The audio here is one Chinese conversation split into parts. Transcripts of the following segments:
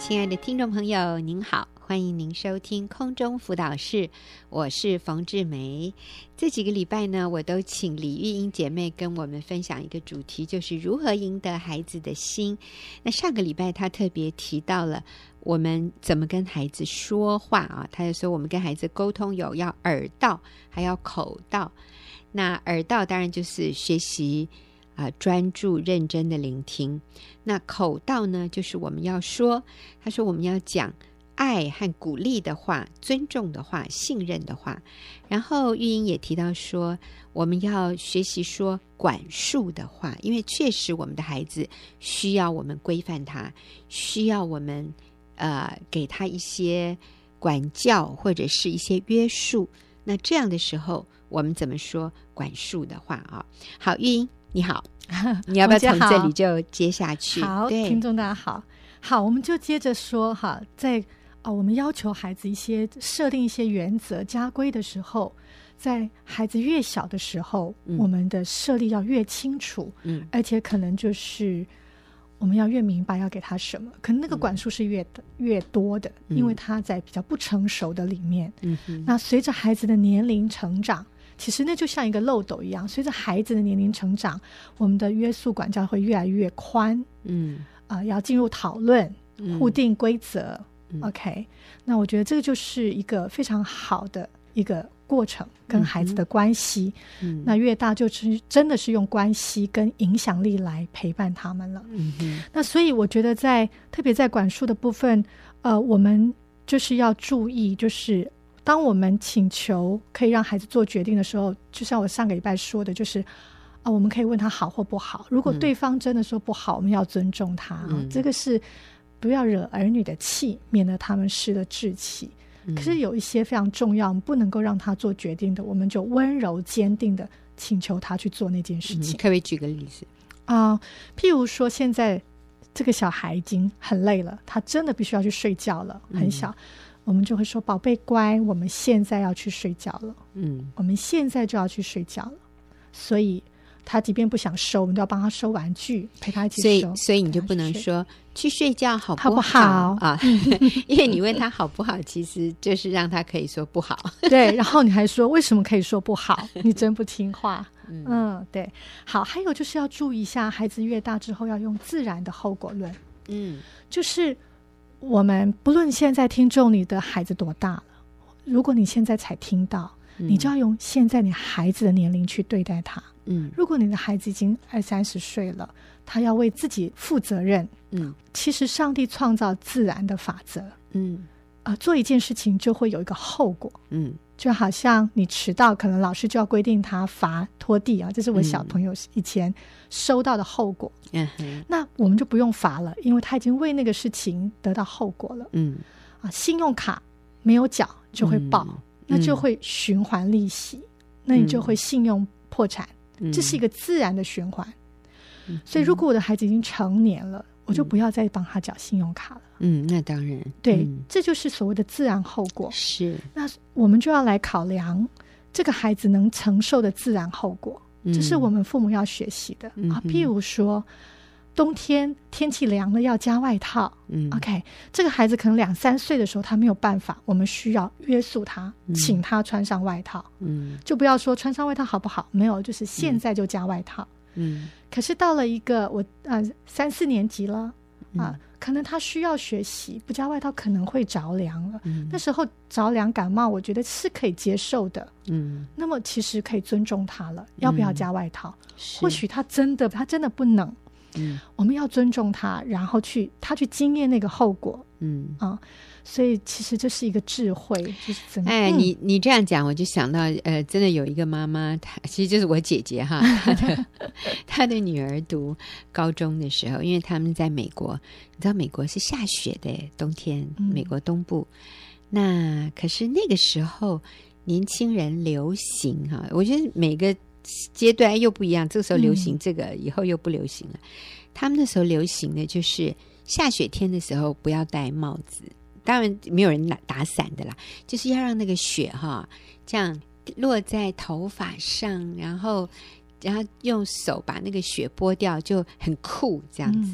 亲爱的听众朋友您好，欢迎您收听空中辅导室，我是冯志梅。这几个礼拜呢，我都请李玉英姐妹跟我们分享一个主题，就是如何赢得孩子的心。那上个礼拜她特别提到了我们怎么跟孩子说话啊，她就说我们跟孩子沟通有要耳道还要口道。那耳道当然就是学习专注认真的聆听，那口道呢就是我们要说，他说我们要讲爱和鼓励的话，尊重的话，信任的话。然后玉英也提到说我们要学习说管束的话，因为确实我们的孩子需要我们规范他，需要我们给他一些管教或者是一些约束，那这样的时候我们怎么说管束的话啊？好，玉英你好，你要不要从这里就接下去？ 好，听众大家好。好，我们就接着说哈，在我们要求孩子设定一些原则家规的时候，在孩子越小的时候，我们的设立要越清楚，而且可能就是我们要越明白要给他什么，可能那个管束是越多的，因为他在比较不成熟的里面。那随着孩子的年龄成长，其实那就像一个漏斗一样，随着孩子的年龄成长，我们的约束管教会越来越宽。要进入讨论，互定规则。OK， 那我觉得这个就是一个非常好的一个过程，跟孩子的关系。那越大就是真的是用关系跟影响力来陪伴他们了。那所以我觉得特别在管束的部分，我们就是要注意，就是当我们请求可以让孩子做决定的时候，就像我上个礼拜说的，就是我们可以问他好或不好，如果对方真的说不好，我们要尊重他。这个是不要惹儿女的气，免得他们失了志气。可是有一些非常重要，我们不能够让他做决定的，我们就温柔坚定的请求他去做那件事情。 可不可以举个例子譬如说现在这个小孩已经很累了，他真的必须要去睡觉了，很小，我们就会说宝贝乖，我们现在要去睡觉了。我们现在就要去睡觉了，所以他即便不想收，我们都要帮他收玩具，陪他一起收。 所以你就不能说去睡觉好不好因为你问他好不好，其实就是让他可以说不好。 对，然后你还说为什么可以说不好？你真不听话。对。好，还有就是要注意一下，孩子越大之后要用自然的后果论。就是我们不论现在听众你的孩子多大了，如果你现在才听到，你就要用现在你孩子的年龄去对待他。如果你的孩子已经20-30岁了，他要为自己负责任。其实上帝创造自然的法则。做一件事情就会有一个后果。就好像你迟到，可能老师就要规定他罚拖地这是我小朋友以前收到的后果。那我们就不用罚了，因为他已经为那个事情得到后果了。信用卡没有缴就会爆，那就会循环利息，那你就会信用破产。这是一个自然的循环。所以如果我的孩子已经成年了，我就不要再帮他缴信用卡了。 那当然。 对，这就是所谓的自然后果。 是。 那我们就要来考量这个孩子能承受的自然后果，这是我们父母要学习的。譬如说冬天天气凉了要加外套。OK， 这个孩子可能2-3岁的时候他没有办法，我们需要约束他，请他穿上外套。就不要说穿上外套好不好，没有，就是现在就加外套。可是到了一个我3-4年级了可能他需要学习，不加外套可能会着凉了。那时候着凉感冒我觉得是可以接受的。那么其实可以尊重他了，要不要加外套？或许他真的不能。我们要尊重他，然后他去经验那个后果。所以其实这是一个智慧，就是怎么你这样讲我就想到真的有一个妈妈，其实就是我姐姐哈，她的女儿读高中的时候，因为他们在美国，你知道美国是下雪的冬天，美国东部。那可是那个时候年轻人流行我觉得每个阶段又不一样，这个时候流行这个，以后又不流行了。他们那时候流行的就是下雪天的时候不要戴帽子，当然没有人打伞的啦，就是要让那个雪这样落在头发上，然后用手把那个雪拨掉，就很酷这样子。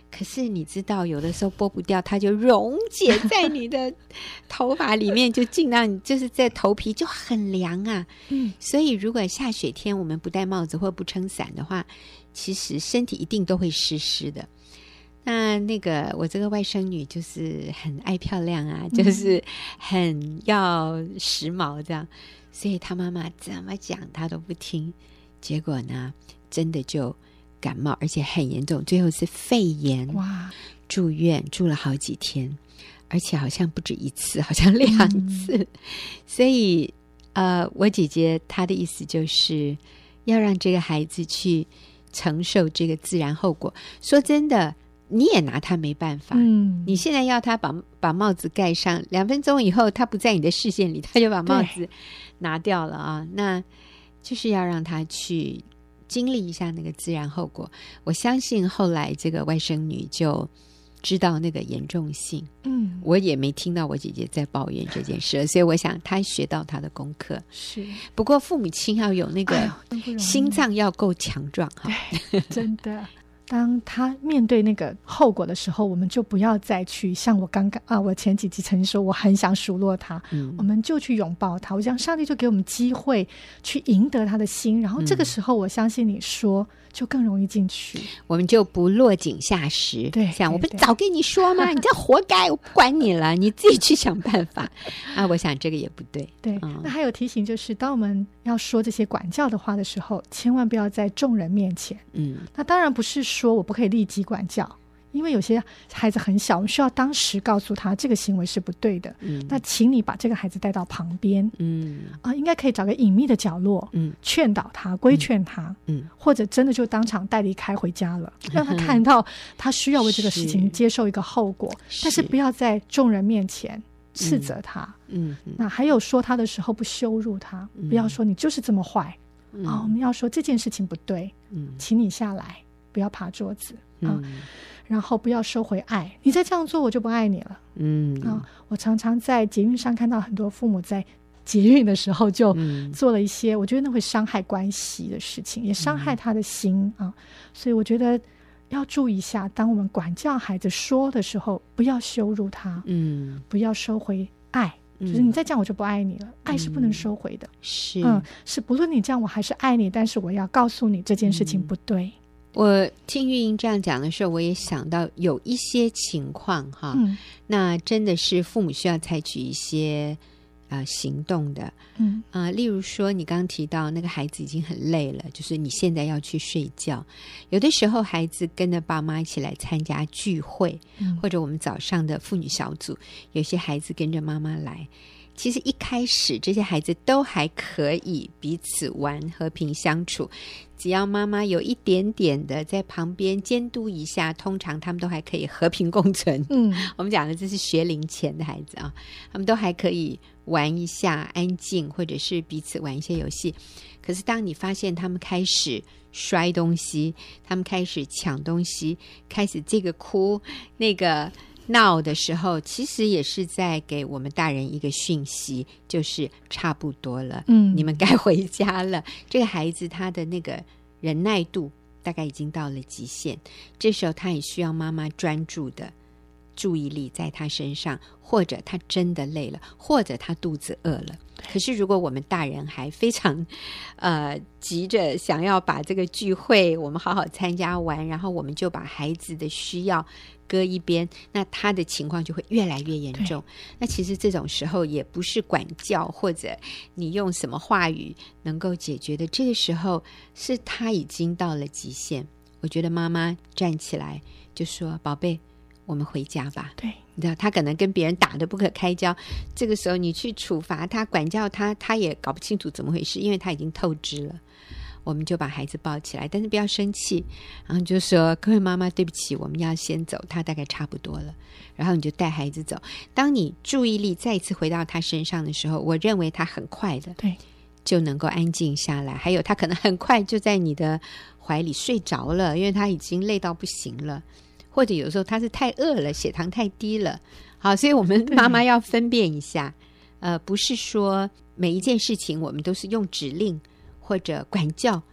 可是你知道有的时候剥不掉，它就溶解在你的头发里面，就进到你就是在头皮就很凉啊。所以如果下雪天我们不戴帽子或不撑伞的话，其实身体一定都会湿湿的。那个我这个外甥女就是很爱漂亮啊，就是很要时髦这样，所以她妈妈怎么讲她都不听，结果呢真的就感冒，而且很严重，最后是肺炎。 哇！ 住院住了好几天，而且好像不止一次，好像2次。所以我姐姐她的意思就是要让这个孩子去承受这个自然后果。说真的，你也拿他没办法。你现在要他把帽子盖上，2分钟以后他不在你的视线里，他就把帽子拿掉了啊。那就是要让他去经历一下那个自然后果。我相信后来这个外甥女就知道那个严重性。我也没听到我姐姐在抱怨这件事，所以我想她学到她的功课。 是， 不过父母亲要有那个心脏要够强壮哈。 真的。当他面对那个后果的时候，我们就不要再去像我前几集曾经说我很想数落他，我们就去拥抱他。我想上帝就给我们机会去赢得他的心，然后这个时候我相信你说就更容易进去， 我们就不落井下石。 对， 像我不早跟你说吗？你这活该，我不管你了，你自己去想办法啊！我想这个也不对。 对，那还有提醒就是，当我们要说这些管教的话的时候，千万不要在众人面前。那当然不是说我不可以立即管教，因为有些孩子很小，我们需要当时告诉他这个行为是不对的。那请你把这个孩子带到旁边，应该可以找个隐秘的角落，劝导他，规劝他，或者真的就当场带离开回家了，让他看到他需要为这个事情接受一个后果，但是不要在众人面前斥责他。那还有说他的时候不羞辱他，不要说你就是这么坏。我们要说这件事情不对，请你下来，不要爬桌子然后不要收回爱，你再这样做我就不爱你了。我常常在捷运上看到很多父母在捷运的时候就做了一些我觉得那会伤害关系的事情，也伤害他的心所以我觉得要注意一下，当我们管教孩子说的时候，不要羞辱他，不要收回爱，就是你再这样我就不爱你了。爱是不能收回的，是不论你这样我还是爱你，但是我要告诉你这件事情不对。 我听玉英这样讲的时候，我也想到有一些情况那真的是父母需要采取一些行动的。例如说你刚刚提到那个孩子已经很累了，就是你现在要去睡觉。有的时候孩子跟着爸妈一起来参加聚会，或者我们早上的妇女小组，有些孩子跟着妈妈来，其实一开始这些孩子都还可以彼此玩，和平相处，只要妈妈有一点点的在旁边监督一下，通常他们都还可以和平共存。我们讲的这是学龄前的孩子他们都还可以玩一下，安静，或者是彼此玩一些游戏。可是当你发现他们开始摔东西，他们开始抢东西，开始这个哭那个闹的时候，其实也是在给我们大人一个讯息，就是差不多了，你们该回家了。这个孩子他的那个忍耐度大概已经到了极限，这时候他也需要妈妈专注的注意力在他身上，或者他真的累了，或者他肚子饿了。可是如果我们大人还非常急着想要把这个聚会我们好好参加完，然后我们就把孩子的需要搁一边，那他的情况就会越来越严重。那其实这种时候也不是管教或者你用什么话语能够解决的，这个时候是他已经到了极限。我觉得妈妈站起来就说，宝贝，我们回家吧。对，你知道他可能跟别人打得不可开交，这个时候你去处罚他管教他，他也搞不清楚怎么回事，因为他已经透支了。我们就把孩子抱起来，但是不要生气，然后就说，各位妈妈对不起，我们要先走，他大概差不多了。然后你就带孩子走。当你注意力再一次回到他身上的时候，我认为他很快的就能够安静下来。还有他可能很快就在你的怀里睡着了，因为他已经累到不行了，或者有时候他是太饿了，血糖太低了。好，所以我们妈妈要分辨一下，不是说每一件事情我们都是用指令或者管教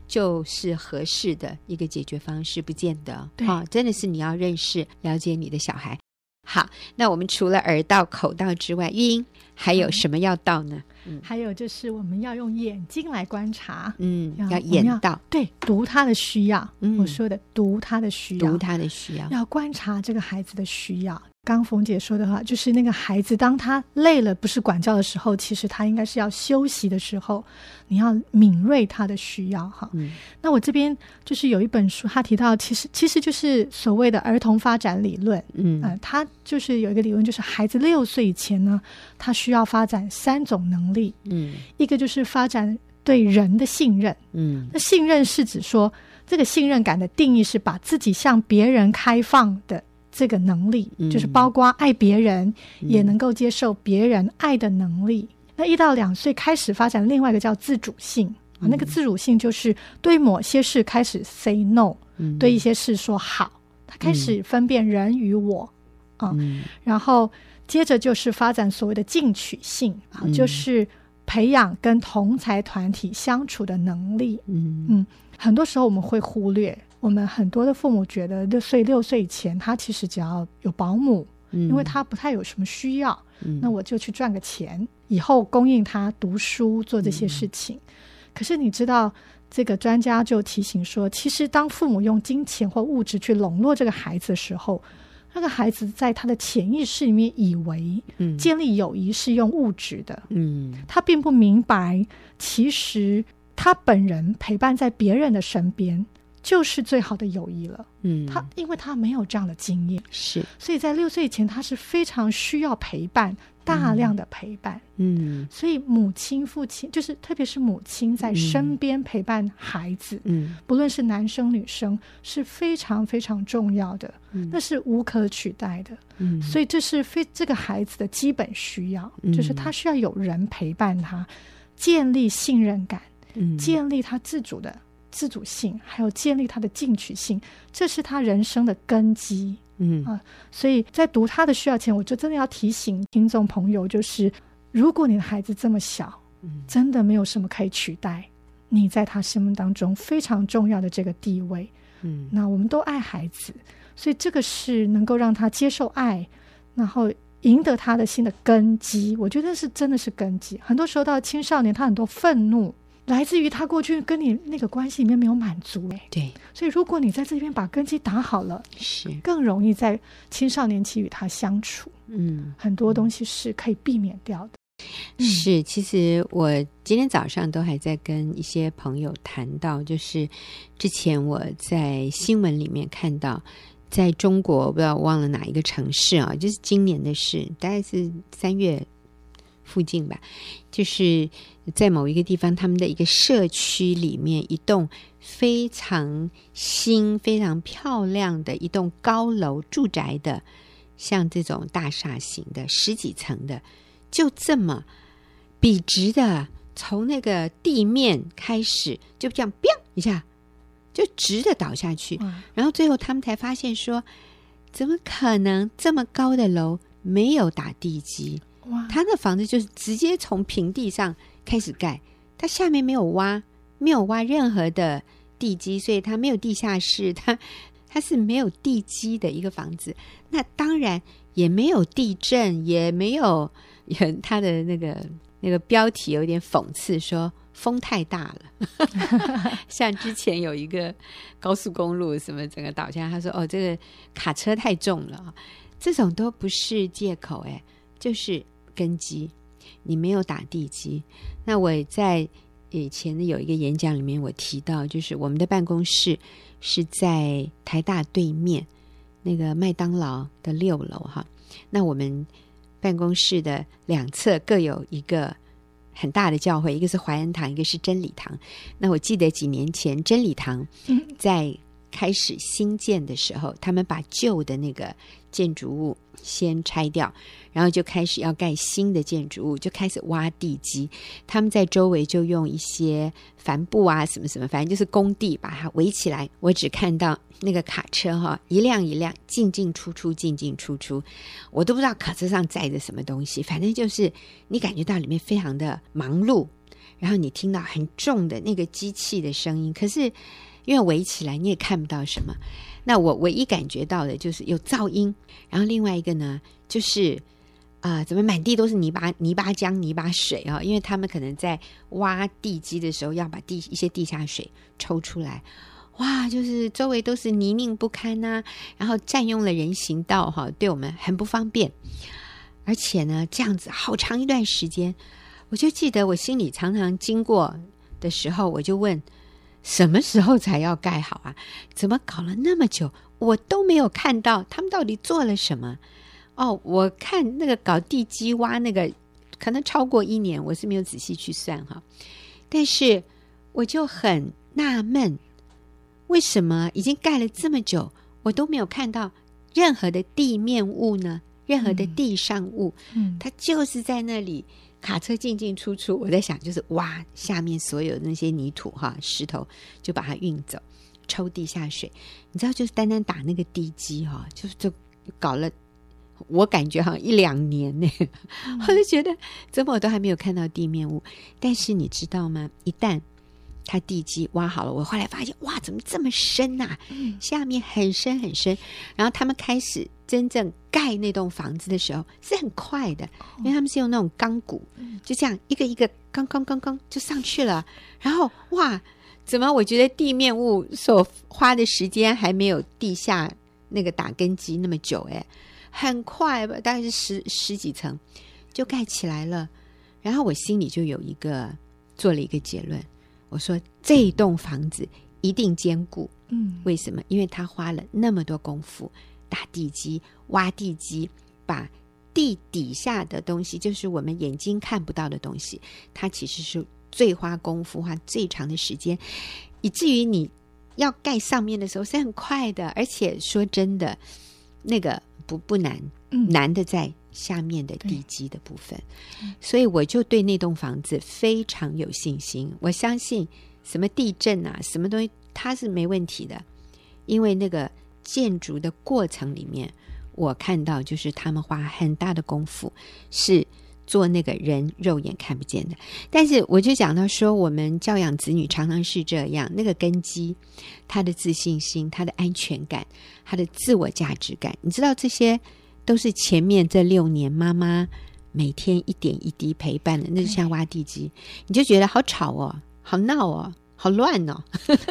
就是合适的一个解决方式，不见得。 对， 真的是你要认识了解你的小孩。好，那我们除了耳道口道之外，玉英还有什么要道呢？ 还有就是我们要用眼睛来观察， 要眼道， 对，读他的需要，我说的读他的需要， 读他的需要， 要观察这个孩子的需要。刚冯姐说的话，就是那个孩子当他累了不是管教的时候，其实他应该是要休息的时候，你要敏锐他的需要哈。那我这边就是有一本书，他提到其实就是所谓的儿童发展理论，他就是有一个理论，就是孩子6岁以前呢，他需要发展3种能力，一个就是发展对人的信任，那信任是指说这个信任感的定义是把自己向别人开放的这个能力，就是包括爱别人，也能够接受别人爱的能力。那1到2岁开始发展另外一个叫自主性，那个自主性就是对某些事开始 say no，对一些事说好，他开始分辨人与我然后接着就是发展所谓的进取性就是培养跟同侪团体相处的能力。很多时候我们会忽略，我们很多的父母觉得6岁以前他其实只要有保姆，因为他不太有什么需要，那我就去赚个钱，以后供应他读书做这些事情。可是你知道这个专家就提醒说，其实当父母用金钱或物质去笼络这个孩子的时候，那个孩子在他的潜意识里面以为建立友谊是用物质的，他并不明白其实他本人陪伴在别人的身边就是最好的友谊了。因为他没有这样的经验，是，所以在6岁以前他是非常需要陪伴，大量的陪伴。所以母亲父亲就是特别是母亲在身边陪伴孩子，不论是男生女生是非常非常重要的，那是无可取代的。所以这是这个孩子的基本需要，就是他需要有人陪伴他，建立信任感，建立他自主的自主性，还有建立他的进取性，这是他人生的根基。所以在读他的需要前，我就真的要提醒听众朋友，就是如果你的孩子这么小，真的没有什么可以取代你在他生命当中非常重要的这个地位。那我们都爱孩子，所以这个是能够让他接受爱，然后赢得他的心的根基。我觉得是真的是根基。很多时候到青少年，他很多愤怒来自于他过去跟你那个关系里面没有满足。 对，所以如果你在这边把根基打好了，是更容易在青少年期与他相处。很多东西是可以避免掉的。 是，其实我今天早上都还在跟一些朋友谈到，就是之前我在新闻里面看到，在中国我不知道忘了哪一个城市啊，就是今年的事，大概是3月附近吧，就是在某一个地方，他们的一个社区里面，一栋非常新非常漂亮的一栋高楼住宅的，像这种大厦型的10几层的，就这么笔直的从那个地面开始就这样砰一下就直的倒下去，然后最后他们才发现说，怎么可能这么高的楼没有打地基？他的房子就是直接从平地上开始盖，他下面没有挖任何的地基，所以他没有地下室，他是没有地基的一个房子。那当然也没有地震，也没有他的那个标题有点讽刺说风太大了像之前有一个高速公路什么整个倒下，他说这个卡车太重了，这种都不是借口，就是根基，你没有打地基。那我在以前的有一个演讲里面我提到，就是我们的办公室是在台大对面那个麦当劳的6楼哈。那我们办公室的2侧各有一个很大的教会，一个是怀恩堂，一个是真理堂。那我记得几年前真理堂在开始新建的时候，他们把旧的那个建筑物先拆掉，然后就开始要盖新的建筑物，就开始挖地基。他们在周围就用一些帆布啊什么什么，反正就是工地把它围起来。我只看到那个卡车一辆一辆进进出出进进出出，我都不知道卡车上载着什么东西，反正就是你感觉到里面非常的忙碌。 然后你听到很重的那个机器的声音，可是因为围起来你也看不到什么。那我唯一感觉到的就是有噪音，然后另外一个呢就是怎么满地都是泥巴浆、泥巴水啊？因为他们可能在挖地基的时候要把一些地下水抽出来，哇，就是周围都是泥泞不堪啊，然后占用了人行道哈，对我们很不方便。而且呢，这样子好长一段时间，我就记得我心里常常经过的时候，我就问，什么时候才要盖好啊？怎么搞了那么久，我都没有看到他们到底做了什么？我看那个搞地基挖那个，可能超过1年，我是没有仔细去算哈。但是我就很纳闷，为什么已经盖了这么久，我都没有看到任何的地面物呢？任何的地上物，它就是在那里。卡车进进出出，我在想就是挖下面所有的那些泥土哈石头，就把它运走，抽地下水。你知道，就是单单打那个地基哈，就搞了，我感觉好像1-2年呢。我就觉得怎么我都还没有看到地面物。但是你知道吗？一旦它地基挖好了，我后来发现哇，怎么这么深啊？下面很深很深。然后他们开始真正盖那栋房子的时候是很快的，因为他们是用那种钢骨，就这样一个一个刚就上去了。然后哇，怎么我觉得地面物所花的时间还没有地下那个打根基那么久很快吧，大概是十几层就盖起来了。然后我心里就做了一个结论，我说这一栋房子一定坚固。为什么？因为他花了那么多功夫打地基、挖地基，把地底下的东西，就是我们眼睛看不到的东西，它其实是最花功夫、花最长的时间，以至于你要盖上面的时候是很快的。而且说真的，那个不难，难的在下面的地基的部分。所以我就对那栋房子非常有信心，我相信什么地震啊，什么东西它是没问题的，因为那个建筑的过程里面，我看到就是他们花很大的功夫是做那个人肉眼看不见的。但是我就讲到说，我们教养子女常常是这样，那个根基，他的自信心，他的安全感，他的自我价值感，你知道这些都是前面这6年妈妈每天一点一滴陪伴的。那就像挖地基，你就觉得好吵哦，好闹哦，好乱哦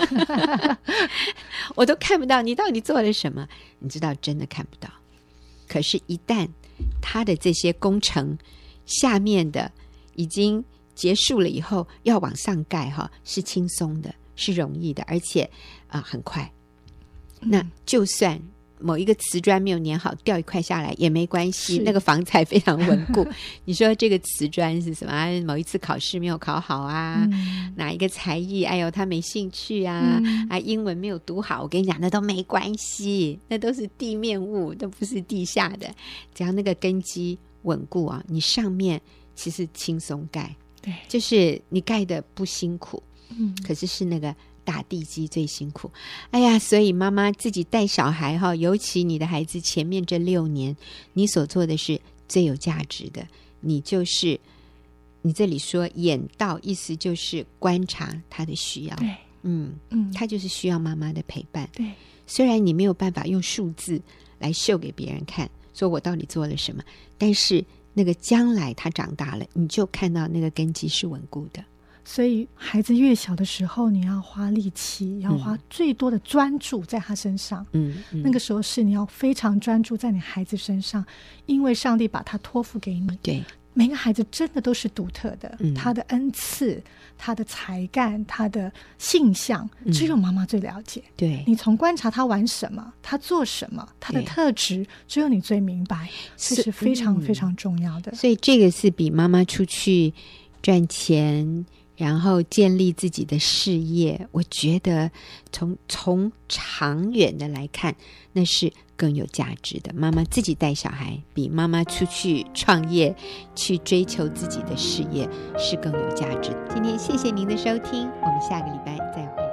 我都看不到你到底做了什么。你知道真的看不到，可是一旦他的这些工程下面的已经结束了以后，要往上盖是轻松的，是容易的，而且很快。那就算某一个瓷砖没有粘好，掉一块下来也没关系，那个房材非常稳固你说这个瓷砖是什么？某一次考试没有考好啊，哪一个才艺他没兴趣啊，英文没有读好，我跟你讲那都没关系，那都是地面物，都不是地下的。只要那个根基稳固你上面其实轻松盖，对，就是你盖的不辛苦，可是那个打地基最辛苦。所以妈妈自己带小孩尤其你的孩子前面这6年，你所做的是最有价值的。你这里说眼到，意思就是观察他的需要。对，他就是需要妈妈的陪伴。对，虽然你没有办法用数字来秀给别人看，说我到底做了什么，但是那个将来他长大了，你就看到那个根基是稳固的。 所以孩子越小的时候，你要花力气，要花最多的专注在他身上。那个时候是你要非常专注在你孩子身上，因为上帝把他托付给你。对，每个孩子真的都是独特的，他的恩赐，他的才干，他的性向，只有妈妈最了解。对，你从观察他玩什么，他做什么，他的特质，只有你最明白，这是非常非常重要的。 所以这个是比妈妈出去赚钱，然后建立自己的事业，我觉得从长远的来看，那是更有价值的。妈妈自己带小孩，比妈妈出去创业去追求自己的事业是更有价值的。今天谢谢您的收听，我们下个礼拜再会。